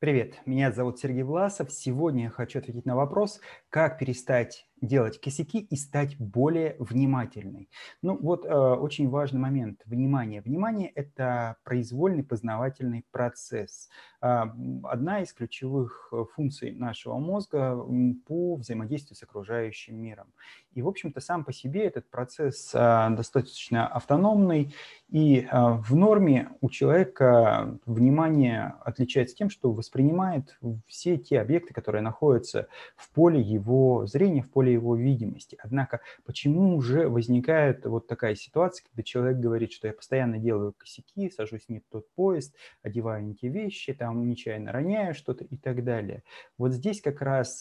Привет, меня зовут Сергей Власов. Сегодня я хочу ответить на вопрос, как перестать делать косяки и стать более внимательной. Очень важный момент. Внимание. Внимание– это произвольный познавательный процесс. Одна из ключевых функций нашего мозга по взаимодействию с окружающим миром. И, в общем-то, сам по себе этот процесс достаточно автономный, и в норме у человека внимание отличается тем, что воспринимает все те объекты, которые находятся в поле его зрения, в поле его видимости. Однако почему же возникает вот такая ситуация, когда человек говорит, что я постоянно делаю косяки, сажусь не в тот поезд, одеваю не те вещи, там нечаянно роняю что-то и так далее. Вот здесь как раз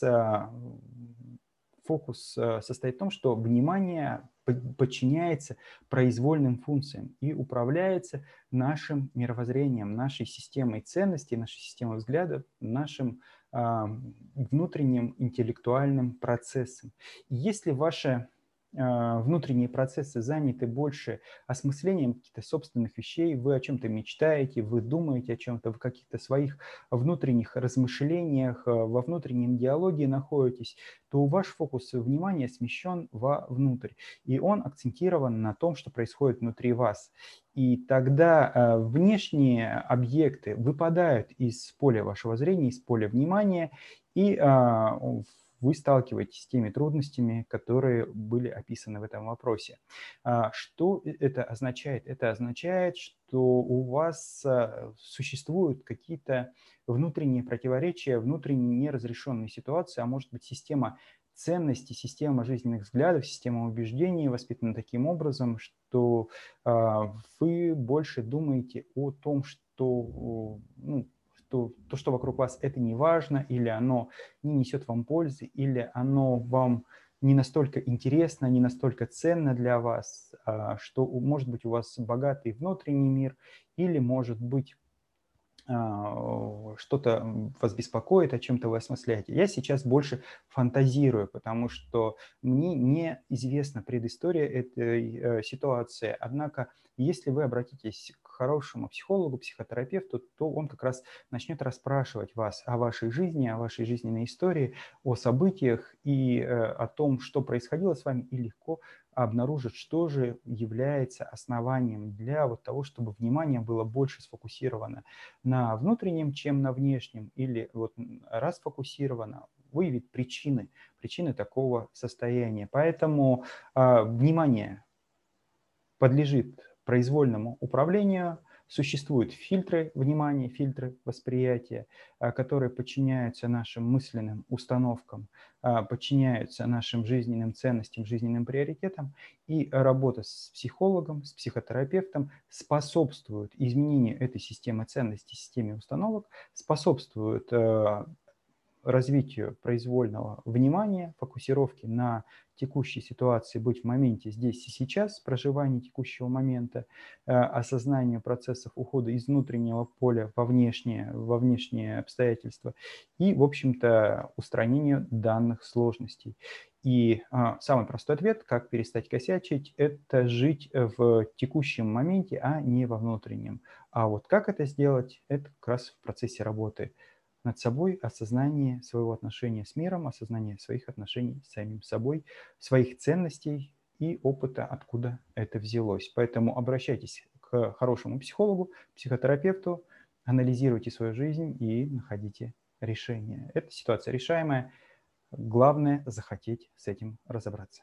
фокус состоит в том, что внимание подчиняется произвольным функциям и управляется нашим мировоззрением, нашей системой ценностей, нашей системой взглядов, нашим внутренним интеллектуальным процессом. И если ваши внутренние процессы заняты больше осмыслением каких-то собственных вещей, вы о чем-то мечтаете, вы думаете о чем-то, в каких-то своих внутренних размышлениях, во внутреннем диалоге находитесь, то ваш фокус внимания смещен вовнутрь, и он акцентирован на том, что происходит внутри вас. И тогда внешние объекты выпадают из поля вашего зрения, из поля внимания, и вы сталкиваетесь с теми трудностями, которые были описаны в этом вопросе. Что это означает? Это означает, что у вас существуют какие-то внутренние противоречия, внутренние неразрешенные ситуации, а может быть система ценностей, система жизненных взглядов, система убеждений воспитана таким образом, что вы больше думаете о том, что, ну, что то, что вокруг вас, это не важно, или оно не несет вам пользы, или оно вам не настолько интересно, не настолько ценно для вас, что, может быть, у вас богатый внутренний мир, или, может быть, что-то вас беспокоит, о чем-то вы осмысляете. Я сейчас больше фантазирую, потому что мне неизвестна предыстория этой ситуации. Однако, если вы обратитесь к хорошему психологу, психотерапевту, то он как раз начнет расспрашивать вас о вашей жизни, о вашей жизненной истории, о событиях и о том, что происходило с вами, и легко обнаружит, что же является основанием для вот того, чтобы внимание было больше сфокусировано на внутреннем, чем на внешнем, или вот расфокусировано, выявить причины такого состояния. Поэтому внимание подлежит произвольному управлению. Существуют фильтры внимания, фильтры восприятия, которые подчиняются нашим мысленным установкам, подчиняются нашим жизненным ценностям, жизненным приоритетам. И работа с психологом, с психотерапевтом способствует изменению этой системы ценностей, системе установок, способствует развитию произвольного внимания, фокусировки на текущей ситуации, быть в моменте здесь и сейчас, проживании текущего момента, осознанию процессов ухода из внутреннего поля во внешние обстоятельства и, в общем-то, устранению данных сложностей. И самый простой ответ, как перестать косячить, это жить в текущем моменте, а не во внутреннем. А вот как это сделать, это как раз в процессе работы над собой, осознание своего отношения с миром, осознание своих отношений с самим собой, своих ценностей и опыта, откуда это взялось. Поэтому обращайтесь к хорошему психологу, психотерапевту, анализируйте свою жизнь и находите решение. Эта ситуация решаемая. Главное захотеть с этим разобраться.